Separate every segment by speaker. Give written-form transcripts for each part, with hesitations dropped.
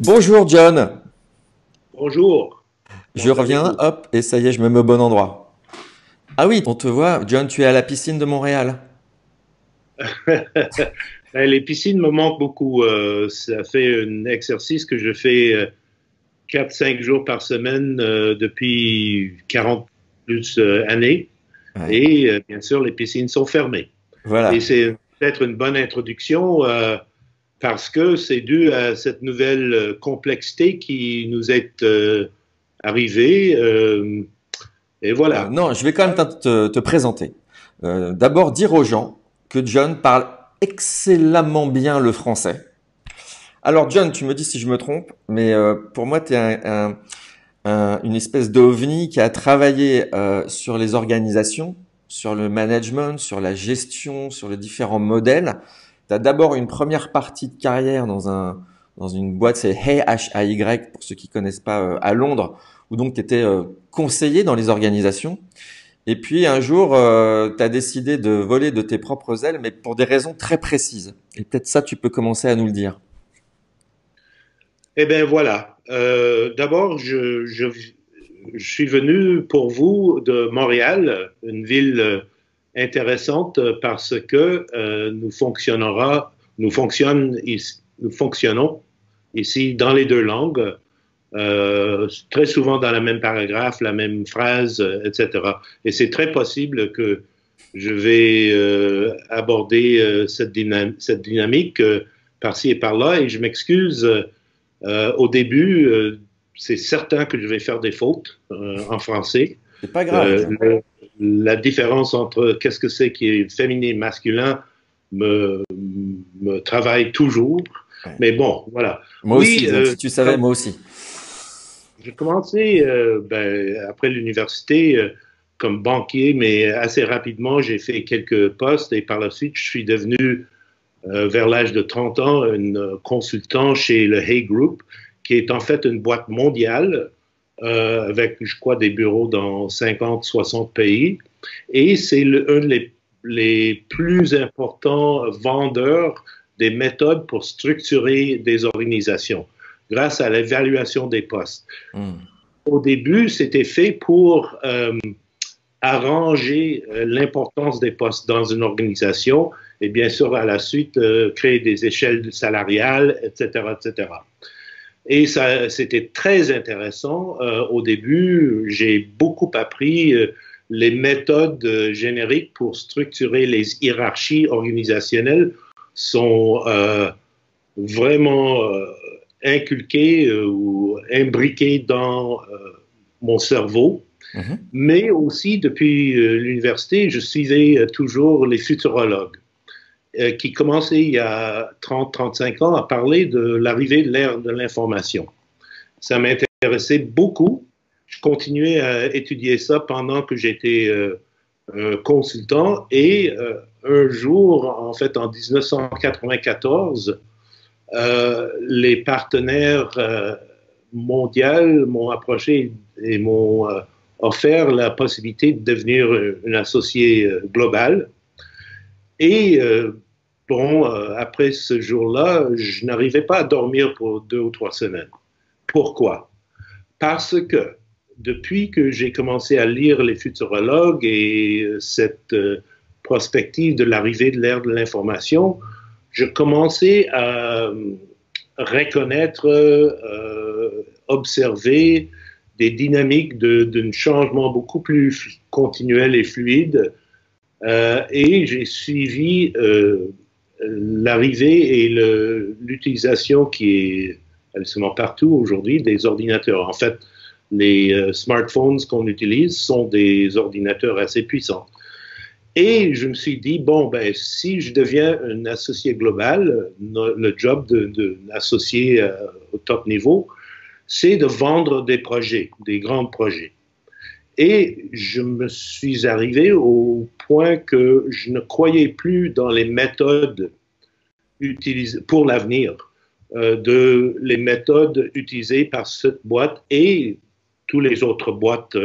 Speaker 1: Bonjour John,
Speaker 2: Bonjour, comment
Speaker 1: je reviens,
Speaker 2: allez-vous?
Speaker 1: hop, et ça y est, je me mets au bon endroit. Ah oui, on te voit, John, tu es à la piscine de Montréal.
Speaker 2: Ben, les piscines me manquent beaucoup. Ça fait un exercice que je fais 4-5 jours par semaine depuis 40 plus années.
Speaker 1: Ouais.
Speaker 2: Et bien sûr, les piscines sont fermées. Et
Speaker 1: Voilà.
Speaker 2: c'est peut-être une bonne introduction parce que c'est dû à cette nouvelle complexité qui nous est arrivée. Et voilà.
Speaker 1: Non, je vais quand même te présenter. D'abord, dire aux gens que John parle excellemment bien le français. Alors John, tu me dis si je me trompe, mais pour moi, tu es une espèce d'ovni qui a travaillé sur les organisations, sur le management, sur la gestion, sur les différents modèles. Tu as d'abord une première partie de carrière dans une boîte, c'est Hey Hay pour ceux qui connaissent pas, à Londres, où donc tu étais conseiller dans les organisations. Et puis un jour, tu as décidé de voler de tes propres ailes, mais pour des raisons très précises. Et peut-être ça, tu peux commencer à nous le dire.
Speaker 2: Eh bien voilà. D'abord, je suis venu pour vous de Montréal, une ville intéressante parce que nous fonctionnons ici dans les deux langues, très souvent dans la même paragraphe, la même phrase, etc. Et c'est très possible que je vais aborder cette dynamique par-ci et par-là, et je m'excuse au début, c'est certain que je vais faire des fautes en français.
Speaker 1: C'est pas grave,
Speaker 2: Euh,
Speaker 1: John.
Speaker 2: le- la différence entre qu'est-ce que c'est qui est féminin et masculin me, me travaille toujours.
Speaker 1: Ouais.
Speaker 2: Mais bon, voilà.
Speaker 1: Moi
Speaker 2: Oui,
Speaker 1: aussi, donc si tu savais, moi aussi.
Speaker 2: j'ai commencé après l'université comme banquier, mais assez rapidement, j'ai fait quelques postes et par la suite, je suis devenu vers l'âge de 30 ans, un consultant chez le Hay Group, qui est en fait une boîte mondiale avec, je crois, des bureaux dans 50, 60 pays. Et c'est un les plus importants vendeurs des méthodes pour structurer des organisations grâce à l'évaluation des postes.
Speaker 1: Hmm.
Speaker 2: Au début, c'était fait pour arranger l'importance des postes dans une organisation et bien sûr à la suite créer des échelles salariales, etc., etc. Et ça, c'était très intéressant. Au début, j'ai beaucoup appris les méthodes génériques pour structurer les hiérarchies organisationnelles sont vraiment inculquées ou imbriquées dans mon cerveau.
Speaker 1: Mhm.
Speaker 2: Mais aussi, depuis l'université, je suivais toujours les futurologues qui commençaient il y a 30-35 ans à parler de l'arrivée de l'ère de l'information. Ça m'intéressait beaucoup. Je continuais à étudier ça pendant que j'étais consultant et un jour, en fait en 1994, les partenaires mondiaux m'ont approché et m'ont offert la possibilité de devenir un associé global. Et bon, après ce jour-là, je n'arrivais pas à dormir pour 2 ou 3 semaines. Pourquoi? Parce que depuis que j'ai commencé à lire les futurologues et cette prospective de l'arrivée de l'ère de l'information, je commençais à reconnaître, observer des dynamiques d'un changement beaucoup plus continuel et fluide. Et j'ai suivi l'arrivée et l'utilisation qui est absolument partout aujourd'hui des ordinateurs. En fait, les smartphones qu'on utilise sont des ordinateurs assez puissants. Et je me suis dit, bon, ben, si je deviens un associé global, le job d'associé au top niveau, c'est de vendre des projets, des grands projets. Et je me suis arrivé au point que je ne croyais plus dans les méthodes utilisées pour l'avenir, les méthodes utilisées par cette boîte et toutes les autres boîtes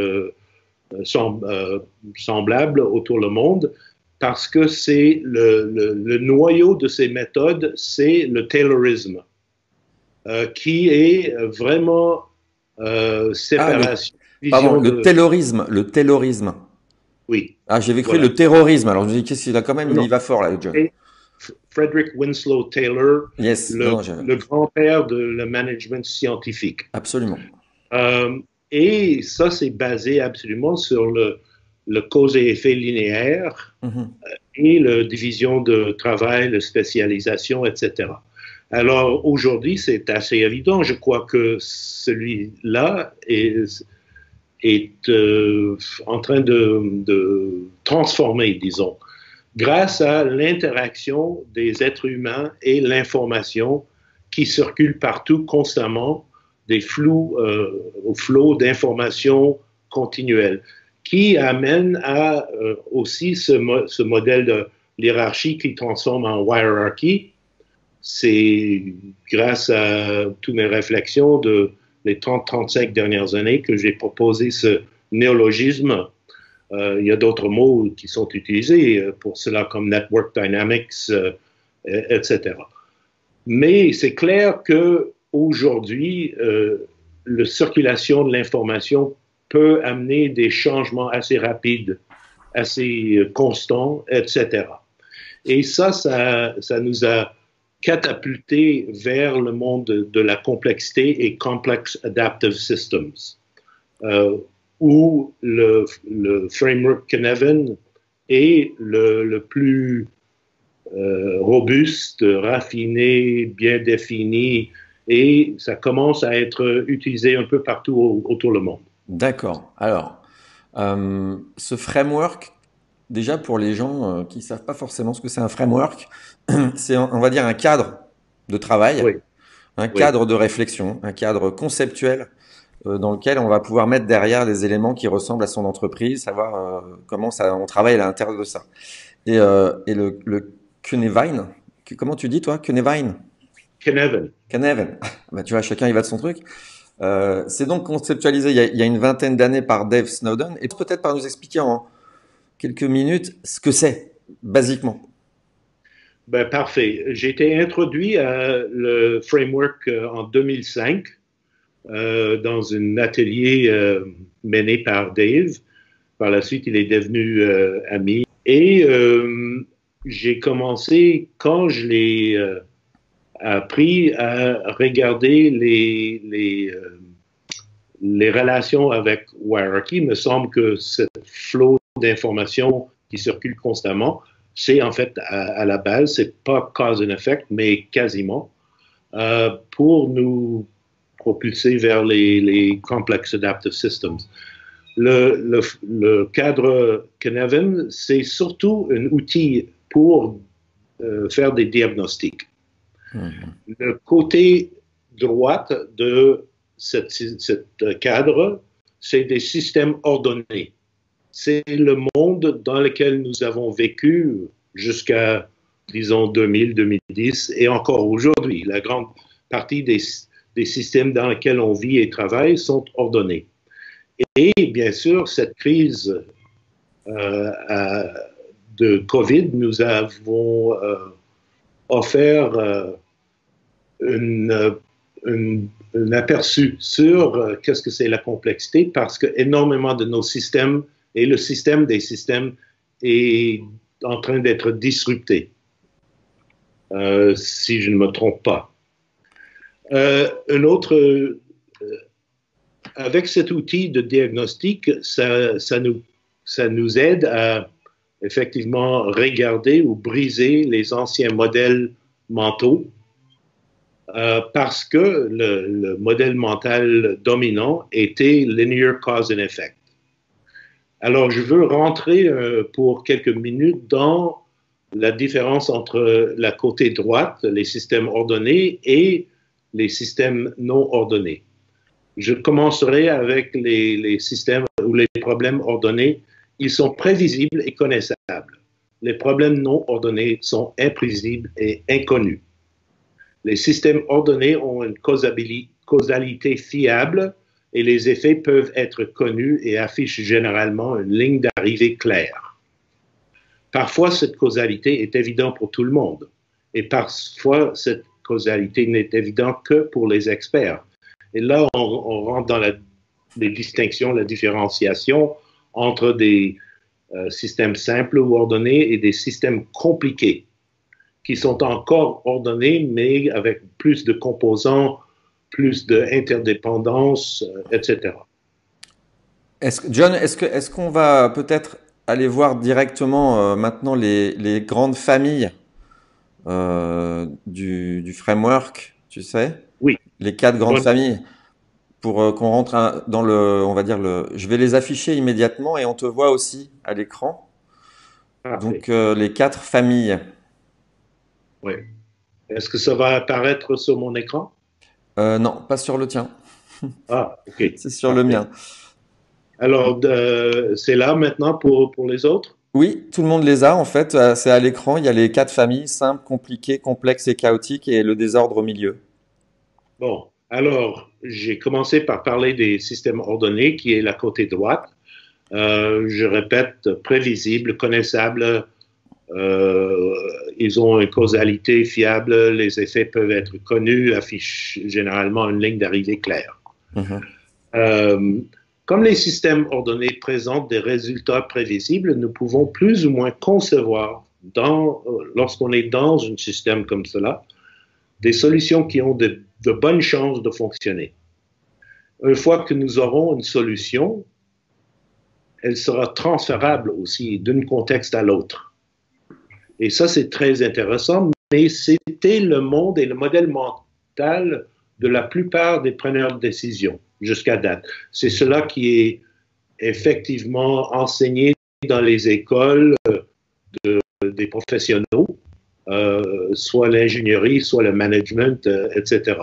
Speaker 2: semblables autour du monde, parce que c'est le noyau de ces méthodes, c'est le taylorisme. qui est vraiment
Speaker 1: Ah,
Speaker 2: séparation,
Speaker 1: pardon,
Speaker 2: vision de...
Speaker 1: le taylorisme.
Speaker 2: Oui,
Speaker 1: Ah, j'avais cru
Speaker 2: voilà.
Speaker 1: le terrorisme. Alors, je me dis, qu'est-ce qu'il a quand même,
Speaker 2: Non,
Speaker 1: il y
Speaker 2: non.
Speaker 1: va fort, là, John.
Speaker 2: Et Frederick Winslow Taylor,
Speaker 1: Yes, non, non,
Speaker 2: le grand-père de le management scientifique.
Speaker 1: absolument.
Speaker 2: Euh, et ça, c'est basé absolument sur le cause et effet linéaire
Speaker 1: Mhm.
Speaker 2: et la division de travail, la spécialisation, etc. Alors aujourd'hui, c'est assez évident. Je crois que celui-là est en train de transformer, disons, grâce à l'interaction des êtres humains et l'information qui circule partout constamment, des flous au flot d'informations continuelles, qui amène à aussi ce modèle de hiérarchie qui transforme en hierarchy. C'est grâce à toutes mes réflexions de les 30-35 dernières années que j'ai proposé ce néologisme. Il y a d'autres mots qui sont utilisés pour cela, comme Network Dynamics, etc. Mais c'est clair que aujourd'hui, la circulation de l'information peut amener des changements assez rapides, assez constants, etc. Et ça nous a catapulté vers le monde de la complexité et Complex Adaptive Systems, où le framework Cynefin est le plus robuste, raffiné, bien défini, et ça commence à être utilisé un peu partout autour du monde.
Speaker 1: D'accord. Alors, ce framework, déjà pour les gens qui savent pas forcément ce que c'est un framework, c'est, on va dire, un cadre de travail,
Speaker 2: Oui,
Speaker 1: un
Speaker 2: oui.
Speaker 1: cadre de réflexion, un cadre conceptuel dans lequel on va pouvoir mettre derrière des éléments qui ressemblent à son entreprise, savoir comment ça, on travaille à l'intérieur de ça. Et le Cynefin, comment tu dis toi, Cynefin?
Speaker 2: Cynefin.
Speaker 1: Cynefin. Bah, tu vois, chacun il va de son truc. C'est donc conceptualisé il y a une vingtaine d'années par Dave Snowden et peut-être par nous expliquer en quelques minutes ce que c'est, basiquement.
Speaker 2: Ben, parfait. J'ai été introduit à le framework en 2005 dans un atelier mené par Dave. Par la suite, il est devenu ami. Et j'ai commencé, quand je l'ai appris, à regarder les relations avec Hierarchy. Il me semble que ce flot d'informations qui circule constamment, c'est en fait à la base, c'est pas cause and effect, mais quasiment, pour nous propulser vers les complex adaptive systems. Le cadre Cynefin, c'est surtout un outil pour faire des diagnostics.
Speaker 1: Mhm.
Speaker 2: Le côté droite de cette cadre, c'est des systèmes ordonnés. C'est le monde dans lequel nous avons vécu jusqu'à, disons, 2000-2010 et encore aujourd'hui. La grande partie des systèmes dans lesquels on vit et travaille sont ordonnés. Et bien sûr, cette crise de COVID, nous avons offert une, un aperçu sur qu'est-ce que c'est la complexité parce que énormément de nos systèmes et le système des systèmes est en train d'être disrupté, si je ne me trompe pas. Un autre, avec cet outil de diagnostic, ça nous aide à effectivement regarder ou briser les anciens modèles mentaux parce que le modèle mental dominant était linear cause and effect. Alors, je veux rentrer pour quelques minutes dans la différence entre la côté droite, les systèmes ordonnés, et les systèmes non ordonnés. Je commencerai avec les systèmes ou les problèmes ordonnés. Ils sont prévisibles et connaissables. Les problèmes non ordonnés sont imprévisibles et inconnus. Les systèmes ordonnés ont une causalité fiable et les effets peuvent être connus et affichent généralement une ligne d'arrivée claire. Parfois, cette causalité est évidente pour tout le monde et parfois, cette causalité n'est évidente que pour les experts. Et là, on rentre dans les distinctions, la différenciation entre des systèmes simples ou ordonnés et des systèmes compliqués qui sont encore ordonnés, mais avec plus de composants, plus d'interdépendance, etc.
Speaker 1: John, est-ce qu'on va peut-être aller voir directement maintenant les grandes familles du framework, tu sais,
Speaker 2: Oui.
Speaker 1: les 4 grandes
Speaker 2: Bon,
Speaker 1: familles, pour qu'on rentre dans on va dire je vais les afficher immédiatement et on te voit aussi à l'écran.
Speaker 2: parfait.
Speaker 1: Donc les 4 familles.
Speaker 2: Oui. Est-ce que ça va apparaître sur mon écran?
Speaker 1: Non, pas sur le tien,
Speaker 2: Ah, OK.
Speaker 1: c'est sur le
Speaker 2: Parfait.
Speaker 1: mien.
Speaker 2: Alors, c'est là maintenant pour les autres?
Speaker 1: Oui, tout le monde les a en fait. C'est à l'écran. Il y a les 4 familles, simples, compliquées, complexes et chaotiques, et le désordre au milieu.
Speaker 2: Bon, alors, j'ai commencé par parler des systèmes ordonnés, qui est la côté droite. Je répète, prévisible, connaissable. Euh, ils ont une causalité fiable. Les effets peuvent être connus, affichent généralement une ligne d'arrivée claire.
Speaker 1: Mhm.
Speaker 2: Euh, Comme les systèmes ordonnés présentent des résultats prévisibles, nous pouvons plus ou moins concevoir, lorsqu'on est dans un système comme cela, des solutions qui ont de bonnes chances de fonctionner. Une fois que nous aurons une solution, elle sera transférable aussi d'un contexte à l'autre. Et ça, c'est très intéressant, mais c'était le monde et le modèle mental de la plupart des preneurs de décision jusqu'à date. C'est cela qui est effectivement enseigné dans les écoles des professionnels, soit l'ingénierie, soit le management, etc.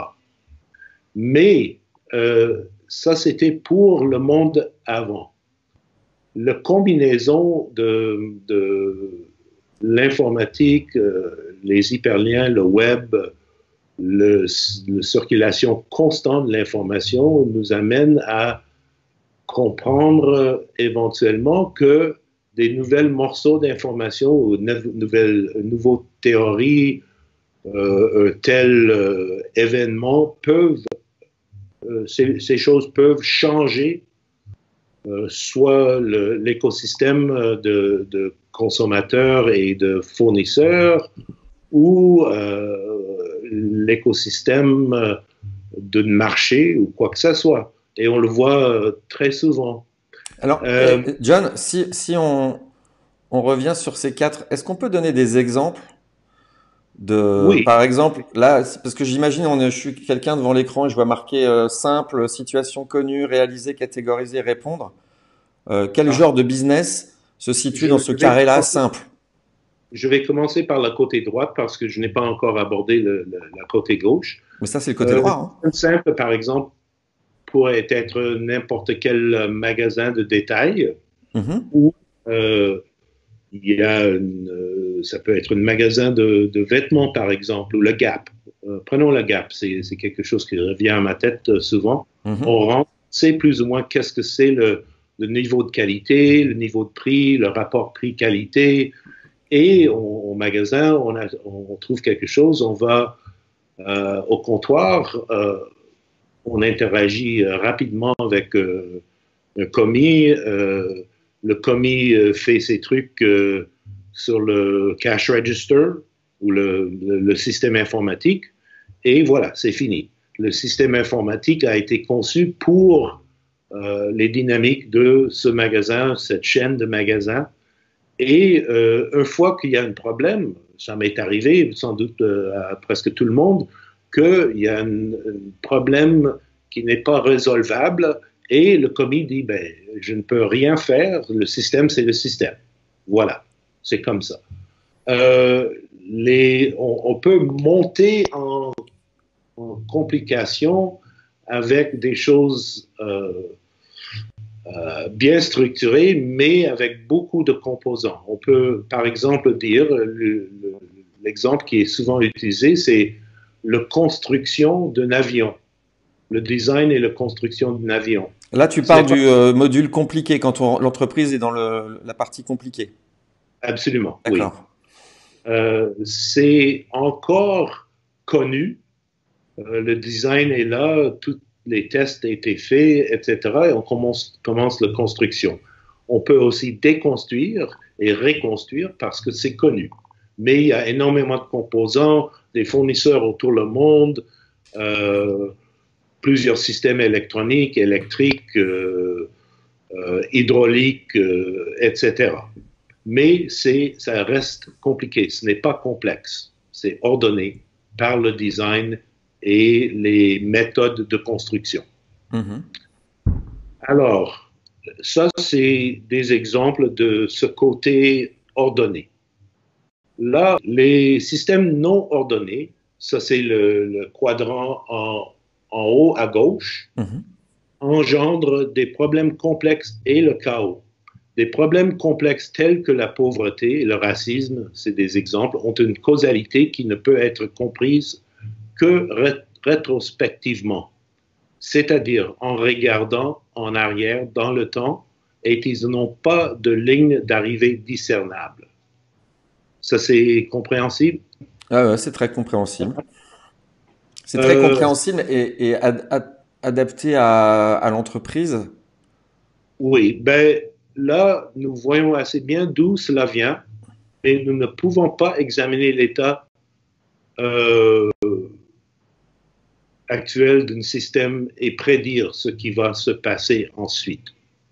Speaker 2: Mais ça, c'était pour le monde avant. La combinaison de l'informatique, les hyperliens, le web, la circulation constante de l'information nous amène à comprendre éventuellement que des nouvelles morceaux d'information ou nouvelles théories, un tel événement ces choses peuvent changer soit l'écosystème de consommateurs et de fournisseurs ou l'écosystème d'un marché ou quoi que ce soit. Et on le voit très souvent.
Speaker 1: Alors, John, si on revient sur ces 4, est-ce qu'on peut donner des exemples
Speaker 2: Oui,
Speaker 1: par exemple, là, parce que j'imagine, je suis quelqu'un devant l'écran et je vois marqué simple, situation connue, réaliser, catégoriser, répondre. Quel
Speaker 2: ah,
Speaker 1: genre de business se situe dans ce
Speaker 2: je vais
Speaker 1: carré-là
Speaker 2: commencer,
Speaker 1: simple?
Speaker 2: je vais commencer par la côté droite parce que je n'ai pas encore abordé la côté gauche.
Speaker 1: Mais ça, c'est le côté droit, hein.
Speaker 2: Un simple, par exemple, pourrait être n'importe quel magasin de détail
Speaker 1: Mhm.
Speaker 2: où il y a ça peut être un magasin de vêtements, par exemple, ou le Gap. Prenons le Gap, c'est quelque chose qui revient à ma tête souvent.
Speaker 1: Mhm.
Speaker 2: On rentre, sait plus ou moins qu'est-ce que c'est le niveau de qualité, le niveau de prix, le rapport prix-qualité. Et au magasin, on trouve quelque chose, on va au comptoir, on interagit rapidement avec un commis. Le commis fait ses trucs sur le cash register ou le système informatique et voilà, c'est fini. Le système informatique a été conçu pour les dynamiques de ce magasin, cette chaîne de magasins. Et une fois qu'il y a un problème, ça m'est arrivé sans doute à presque tout le monde, qu'il y a un problème qui n'est pas résolvable et le commis dit, ben, je ne peux rien faire, le système, c'est le système. Voilà, c'est comme ça. On peut monter en complication avec des choses bien structurées, mais avec beaucoup de composants. On peut, par exemple, dire, l'exemple qui est souvent utilisé, c'est la construction d'un avion, le design et la construction d'un avion.
Speaker 1: Là, tu
Speaker 2: Ce
Speaker 1: parles
Speaker 2: n'est pas
Speaker 1: du module compliqué quand l'entreprise est dans la partie compliquée.
Speaker 2: absolument, oui.
Speaker 1: D'accord.
Speaker 2: C'est encore connu. Le design est là, tous les tests ont été faits, etc. Et on commence la construction. On peut aussi déconstruire et reconstruire parce que c'est connu. Mais il y a énormément de composants, des fournisseurs autour du monde, plusieurs systèmes électroniques, électriques, hydrauliques, etc. Mais ça reste compliqué. Ce n'est pas complexe. C'est ordonné par le design et les méthodes de construction.
Speaker 1: Mhm.
Speaker 2: Alors, ça, c'est des exemples de ce côté ordonné. Là, les systèmes non ordonnés, ça c'est le quadrant en haut à gauche, engendrent des problèmes complexes et le chaos. Des problèmes complexes tels que la pauvreté et le racisme, c'est des exemples, ont une causalité qui ne peut être comprise que rétrospectivement, c'est-à-dire en regardant en arrière dans le temps et ils n'ont pas de ligne d'arrivée discernable. Ça, c'est compréhensible?
Speaker 1: Ah ouais, c'est très compréhensible. C'est très compréhensible et adapté à l'entreprise.
Speaker 2: Oui, ben là, nous voyons assez bien d'où cela vient, mais nous ne pouvons pas examiner l'état actuel d'un système et prédire ce qui va se passer ensuite.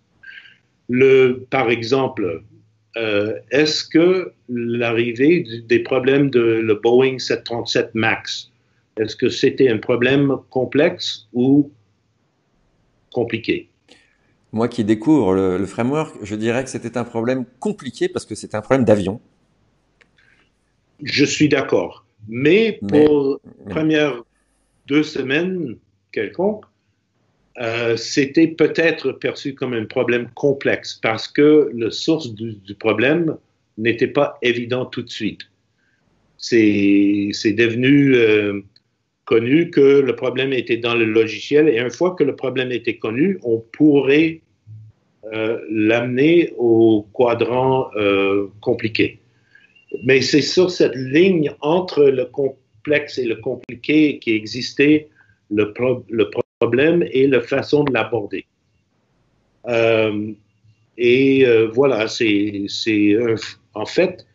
Speaker 2: Par exemple, est-ce que l'arrivée des problèmes de le Boeing 737 MAX, est-ce que c'était un problème complexe ou compliqué?
Speaker 1: Moi qui découvre le framework, je dirais que c'était un problème compliqué parce que c'est un problème d'avion.
Speaker 2: Je suis d'accord. Mais
Speaker 1: Mais,
Speaker 2: pour les
Speaker 1: mais bon.
Speaker 2: premières 2 semaines quelconques, c'était peut-être perçu comme un problème complexe parce que la source du problème n'était pas évident tout de suite. C'est devenu connu que le problème était dans le logiciel et une fois que le problème était connu, on pourrait l'amener au quadrant compliqué. Mais c'est sur cette ligne entre le complexe et le compliqué qui existait le problème et la façon de l'aborder. Voilà, en fait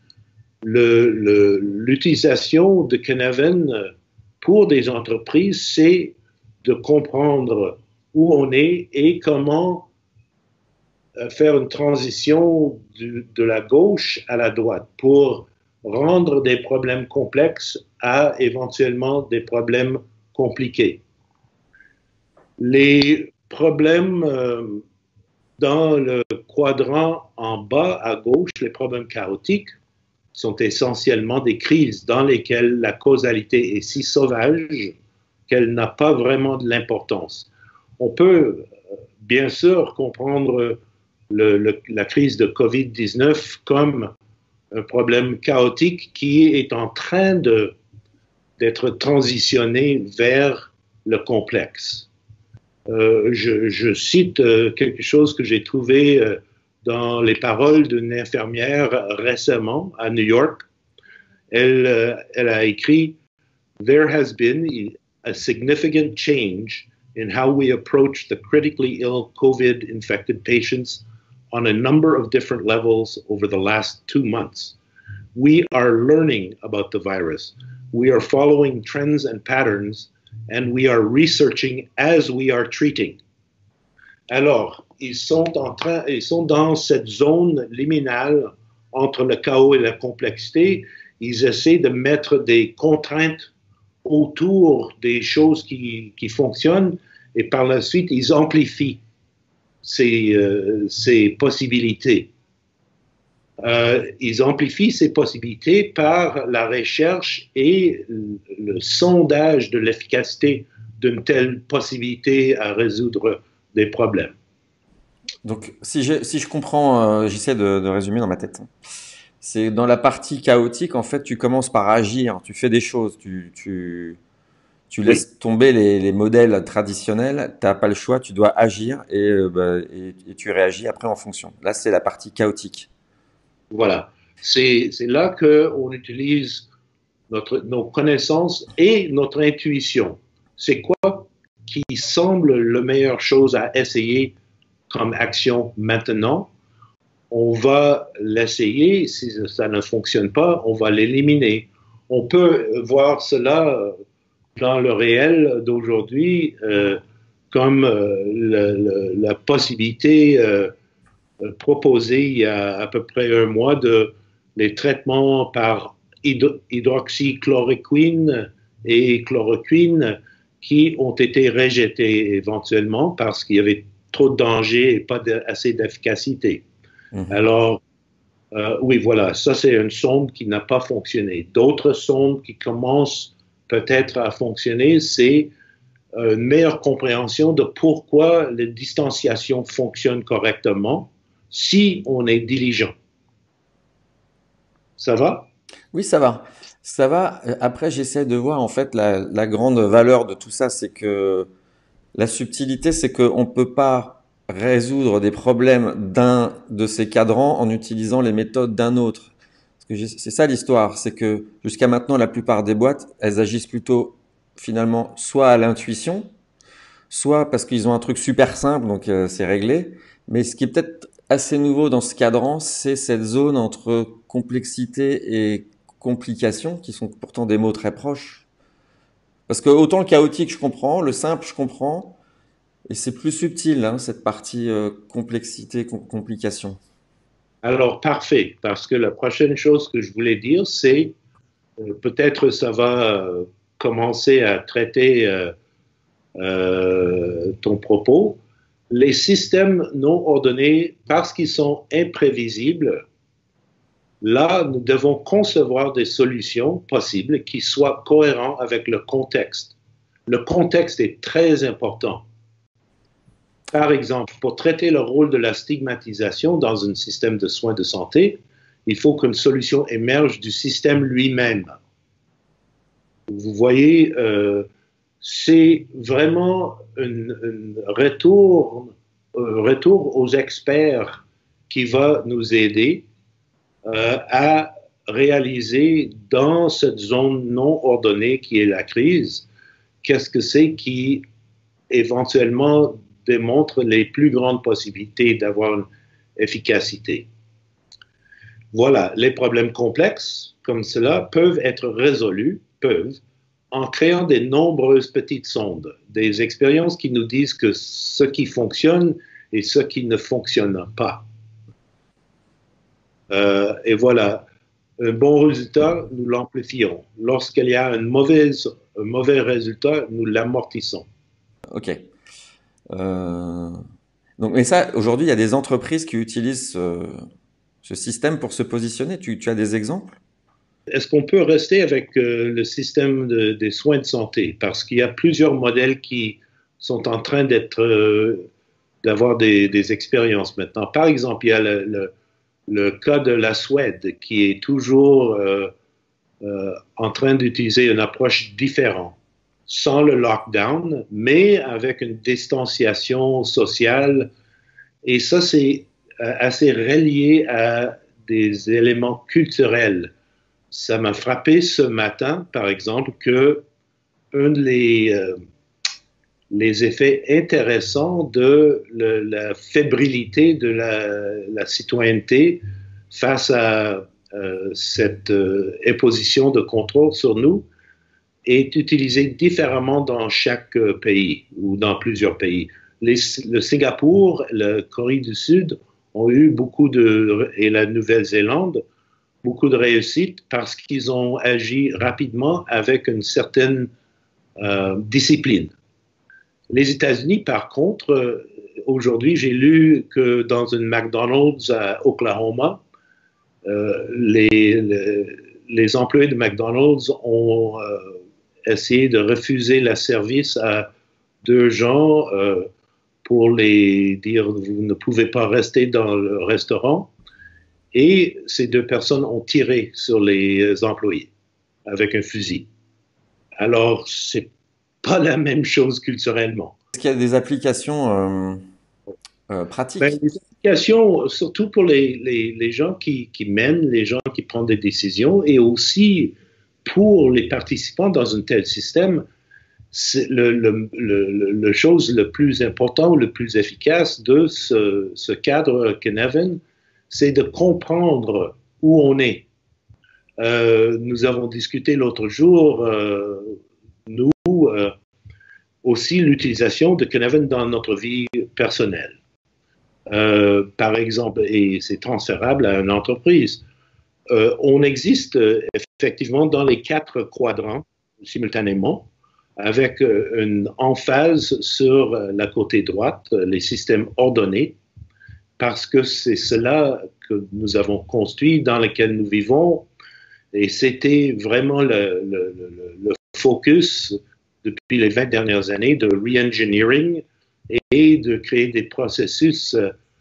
Speaker 2: l'utilisation de Cynefin pour des entreprises, c'est de comprendre où on est et comment faire une transition de la gauche à la droite pour rendre des problèmes complexes à éventuellement des problèmes compliqués. Les problèmes dans le quadrant en bas à gauche, les problèmes chaotiques, sont essentiellement des crises dans lesquelles la causalité est si sauvage qu'elle n'a pas vraiment de l'importance. On peut bien sûr comprendre la crise de COVID-19 comme un problème chaotique qui est en train d'être transitionné vers le complexe. Je cite quelque chose que j'ai trouvé dans les paroles d'une infirmière récemment à New York. Elle a écrit "There has been a significant change in how we approach the critically ill COVID-infected patients on a number of different levels over the last 2 months. We are learning about the virus. We are following trends and patterns, and we are researching as we are treating." Alors, ils sont dans cette zone liminale entre le chaos et la complexité. Ils essaient de mettre des contraintes autour des choses qui fonctionnent et par la suite, ils amplifient ces possibilités. Ils amplifient ces possibilités par la recherche et le sondage de l'efficacité d'une telle possibilité à résoudre des problèmes.
Speaker 1: Donc, si je comprends, j'essaie de résumer dans ma tête. C'est dans la partie chaotique, en fait, tu commences par agir, tu fais des choses, tu
Speaker 2: Oui,
Speaker 1: laisses tomber les modèles traditionnels, tu n'as pas le choix, tu dois agir et tu réagis après en fonction. Là, c'est la partie chaotique.
Speaker 2: voilà. C'est là qu'on utilise nos connaissances et notre intuition. C'est quoi qui semble la meilleure chose à essayer comme action maintenant? On va l'essayer. Si ça ne fonctionne pas, on va l'éliminer. On peut voir cela dans le réel d'aujourd'hui comme la possibilité proposée il y a à peu près un mois de les traitements par hydroxychloroquine et chloroquine qui ont été rejetés éventuellement parce qu'il y avait trop de danger et pas assez d'efficacité. Alors, oui, voilà, ça c'est une sonde qui n'a pas fonctionné. D'autres sondes qui commencent peut-être à fonctionner, c'est une meilleure compréhension de pourquoi la distanciation fonctionne correctement si on est diligent. Ça va?
Speaker 1: Oui, ça va. Ça va. Après, j'essaie de voir en fait la grande valeur de tout ça, c'est que la subtilité, c'est qu'on ne peut pas résoudre des problèmes d'un de ces cadrans en utilisant les méthodes d'un autre. C'est ça l'histoire, c'est que jusqu'à maintenant, la plupart des boîtes, elles agissent plutôt finalement soit à l'intuition, soit parce qu'ils ont un truc super simple, donc c'est réglé. Mais ce qui est peut-être assez nouveau dans ce cadran, c'est cette zone entre complexité et complication, qui sont pourtant des mots très proches. Parce que autant le chaotique, je comprends, le simple, je comprends, et c'est plus subtil, hein, cette partie complexité, complication.
Speaker 2: Alors, parfait, parce que la prochaine chose que je voulais dire, c'est peut-être ça va commencer à traiter ton propos. Les systèmes non ordonnés, parce qu'ils sont imprévisibles, là, nous devons concevoir des solutions possibles qui soient cohérentes avec le contexte. Le contexte est très important. Par exemple, pour traiter le rôle de la stigmatisation dans un système de soins de santé, il faut qu'une solution émerge du système lui-même. Vous voyez, c'est vraiment un retour aux experts qui va nous aider à réaliser dans cette zone non ordonnée qui est la crise, qu'est-ce que c'est qui éventuellement démontre les plus grandes possibilités d'avoir une efficacité. Voilà, les problèmes complexes comme cela peuvent être résolus, en créant de nombreuses petites sondes, des expériences qui nous disent que ce qui fonctionne et ce qui ne fonctionne pas. Et voilà, un bon résultat, nous l'amplifions. Lorsqu'il y a un mauvais résultat, nous l'amortissons.
Speaker 1: Ok. Donc, mais ça, aujourd'hui, il y a des entreprises qui utilisent ce système pour se positionner. Tu as des exemples?
Speaker 2: Est-ce qu'on peut rester avec le système des soins de santé? Parce qu'il y a plusieurs modèles qui sont en train d'avoir des expériences maintenant. Par exemple, il y a le cas de la Suède qui est toujours en train d'utiliser une approche différente, sans le lockdown, mais avec une distanciation sociale. Et ça, c'est assez relié à des éléments culturels. Ça m'a frappé ce matin, par exemple, que un des les effets intéressants de la fébrilité de la citoyenneté face à cette imposition de contrôle sur nous est utilisé différemment dans chaque pays ou dans plusieurs pays. Le Singapour, la Corée du Sud ont eu et la Nouvelle-Zélande, beaucoup de réussite parce qu'ils ont agi rapidement avec une certaine discipline. Les États-Unis, par contre, aujourd'hui, j'ai lu que dans une McDonald's à Oklahoma, les employés de McDonald's ont essayé de refuser le service à deux gens pour les dire vous ne pouvez pas rester dans le restaurant. Et ces deux personnes ont tiré sur les employés avec un fusil. Alors, c'est pas la même chose culturellement.
Speaker 1: Est-ce qu'il y a des applications pratiques?
Speaker 2: Les applications, surtout pour les gens qui mènent, les gens qui prennent des décisions, et aussi pour les participants dans un tel système, le chose le plus important, le plus efficace de ce cadre Cynefin, c'est de comprendre où on est. Nous avons discuté l'autre jour, aussi l'utilisation de Cynefin dans notre vie personnelle. Par exemple, et c'est transférable à une entreprise. On existe effectivement dans les 4 quadrants simultanément, avec une emphase sur la côté droite, les systèmes ordonnés, parce que c'est cela que nous avons construit, dans lequel nous vivons, et c'était vraiment le focus depuis les 20 dernières années de re-engineering et de créer des processus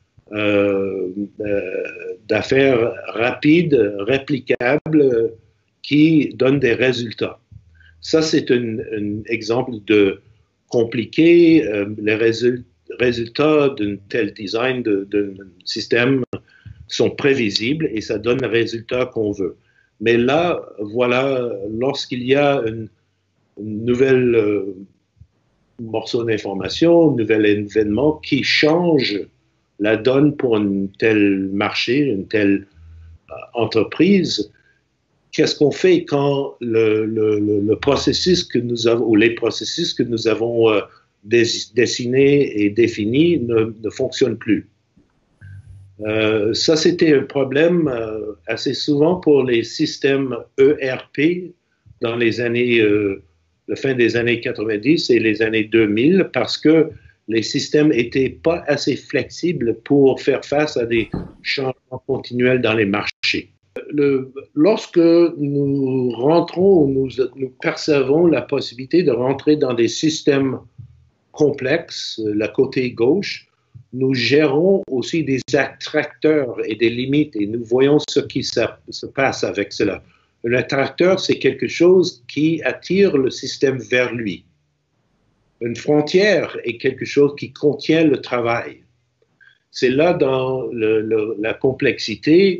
Speaker 2: d'affaires rapides, réplicables, qui donnent des résultats. Ça, c'est un exemple de compliqué. Les résultats d'un tel design d'un système sont prévisibles et ça donne le résultat qu'on veut. Mais là, voilà, lorsqu'il y a une nouvelle morceau d'information, un nouvel événement qui change la donne pour un tel marché, une telle entreprise, qu'est-ce qu'on fait quand le processus que nous avons, ou les processus que nous avons dessinés et définis ne fonctionnent plus? Ça, c'était un problème assez souvent pour les systèmes ERP dans les années, la fin des années 90 et les années 2000, parce que les systèmes n'étaient pas assez flexibles pour faire face à des changements continuels dans les marchés. Lorsque nous rentrons, nous percevons la possibilité de rentrer dans des systèmes complexes, la côté gauche, nous gérons aussi des attracteurs et des limites et nous voyons ce qui se passe avec cela. Un attracteur, c'est quelque chose qui attire le système vers lui. Une frontière est quelque chose qui contient le travail. C'est là dans la complexité.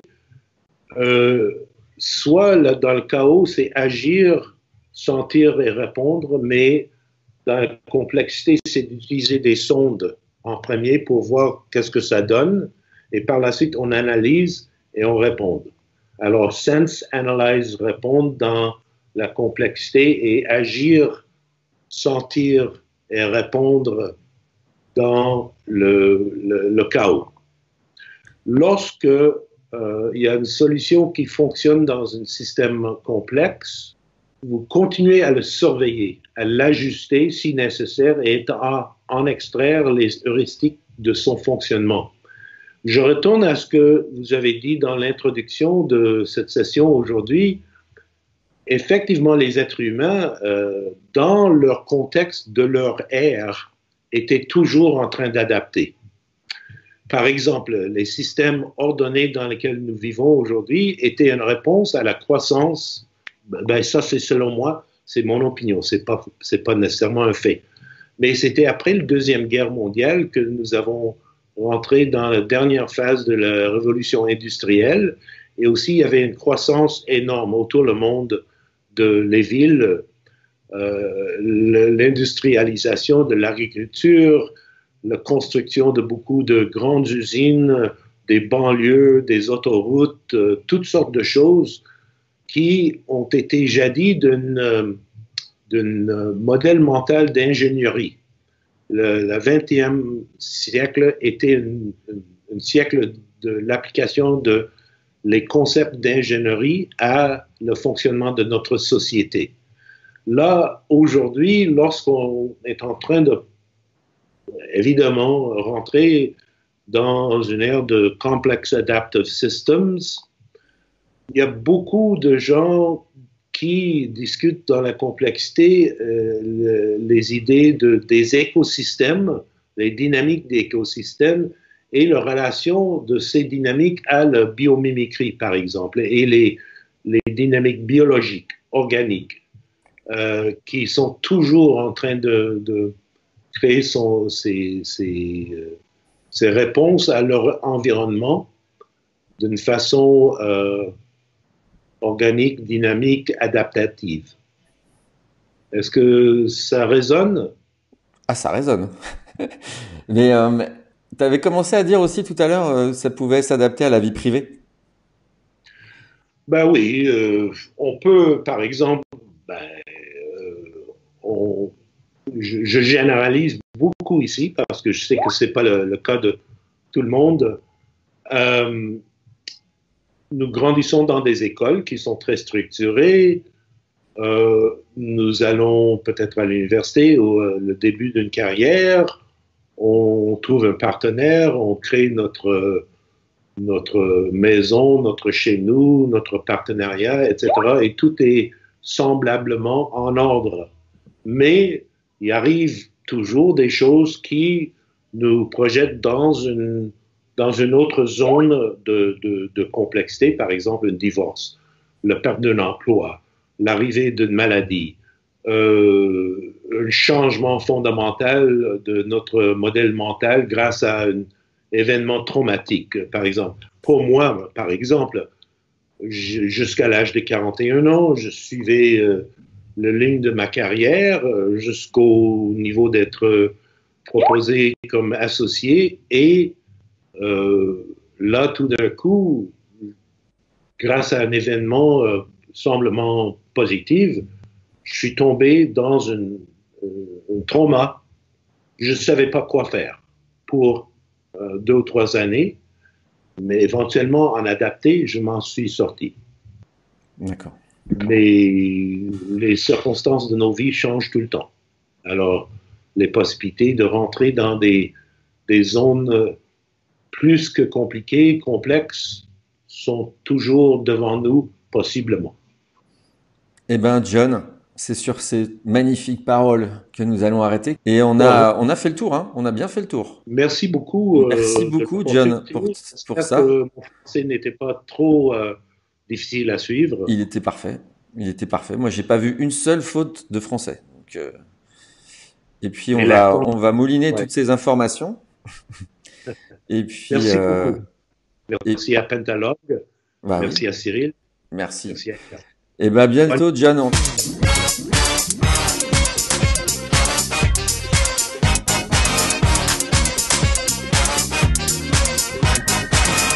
Speaker 2: Soit dans le chaos, c'est agir, sentir et répondre, mais dans la complexité, c'est d'utiliser des sondes en premier pour voir qu'est-ce que ça donne, et par la suite, on analyse et on répond. Alors, sense, analyze, répondre dans la complexité et agir, sentir et répondre dans le chaos. Lorsque il y a une solution qui fonctionne dans un système complexe, vous continuez à le surveiller, à l'ajuster si nécessaire et à en extraire les heuristiques de son fonctionnement. Je retourne à ce que vous avez dit dans l'introduction de cette session aujourd'hui. Effectivement, les êtres humains, dans leur contexte de leur ère, étaient toujours en train d'adapter. Par exemple, les systèmes ordonnés dans lesquels nous vivons aujourd'hui étaient une réponse à la croissance. Ben ça, c'est selon moi, c'est mon opinion, c'est pas nécessairement un fait. Mais c'était après la Deuxième Guerre mondiale que nous avons rentré dans la dernière phase de la révolution industrielle, et aussi il y avait une croissance énorme autour du monde les villes, l'industrialisation de l'agriculture, la construction de beaucoup de grandes usines, des banlieues, des autoroutes, toutes sortes de choses qui ont été jadis d'un modèle mental d'ingénierie. Le 20e siècle était un siècle de l'application de les concepts d'ingénierie à le fonctionnement de notre société. Là, aujourd'hui, lorsqu'on est en train de, évidemment, rentrer dans une ère de Complex Adaptive Systems, il y a beaucoup de gens qui discutent dans la complexité les idées des écosystèmes, les dynamiques d'écosystèmes et la relation de ces dynamiques à la biomimicrie, par exemple, et les dynamiques biologiques, organiques, qui sont toujours en train de créer ces réponses à leur environnement d'une façon organique, dynamique, adaptative. Est-ce que ça résonne?
Speaker 1: Ah, ça résonne. Mais tu avais commencé à dire aussi tout à l'heure, ça pouvait s'adapter à la vie privée.
Speaker 2: Ben oui, on peut, par exemple, ben, on, je généralise beaucoup ici parce que je sais que c'est pas le cas de tout le monde. Euh, nous grandissons dans des écoles qui sont très structurées. Nous allons peut-être à l'université ou le début d'une carrière. On trouve un partenaire, on crée notre maison, notre chez nous, notre partenariat, etc. Et tout est semblablement en ordre. Mais il arrive toujours des choses qui nous projettent dans une autre zone de complexité, par exemple un divorce, la perte d'un emploi, l'arrivée d'une maladie, un changement fondamental de notre modèle mental grâce à un événement traumatique, par exemple. Pour moi, par exemple, jusqu'à l'âge de 41 ans, je suivais le ligne de ma carrière jusqu'au niveau d'être proposé comme associé et là, tout d'un coup, grâce à un événement semblement positif, je suis tombé dans un trauma. Je ne savais pas quoi faire pour 2 ou 3 années, mais éventuellement, en adapté, je m'en suis sorti.
Speaker 1: D'accord.
Speaker 2: Mais les circonstances de nos vies changent tout le temps. Alors, les possibilités de rentrer dans des zones plus que compliquées, complexes, sont toujours devant nous, possiblement.
Speaker 1: Eh ben, John, c'est sur ces magnifiques paroles que nous allons arrêter. Et
Speaker 2: Bon,
Speaker 1: on a fait le tour, hein. On a bien fait le tour.
Speaker 2: merci beaucoup
Speaker 1: Merci
Speaker 2: de
Speaker 1: beaucoup, John,
Speaker 2: l'opportunité.
Speaker 1: pour
Speaker 2: J'espère que
Speaker 1: ça.
Speaker 2: mon français n'était pas trop difficile à suivre.
Speaker 1: Il était parfait. Il était parfait. Moi, j'ai pas vu une seule faute de français. Donc, et puis,
Speaker 2: Et l'accent,
Speaker 1: on va mouliner
Speaker 2: ouais.
Speaker 1: toutes ces informations. Et puis,
Speaker 2: Merci beaucoup.
Speaker 1: et,
Speaker 2: Merci à Pentalogue.
Speaker 1: bah oui,
Speaker 2: Merci à Cyril.
Speaker 1: merci.
Speaker 2: Merci à
Speaker 1: Et ben, à
Speaker 2: Bonne
Speaker 1: bientôt, John.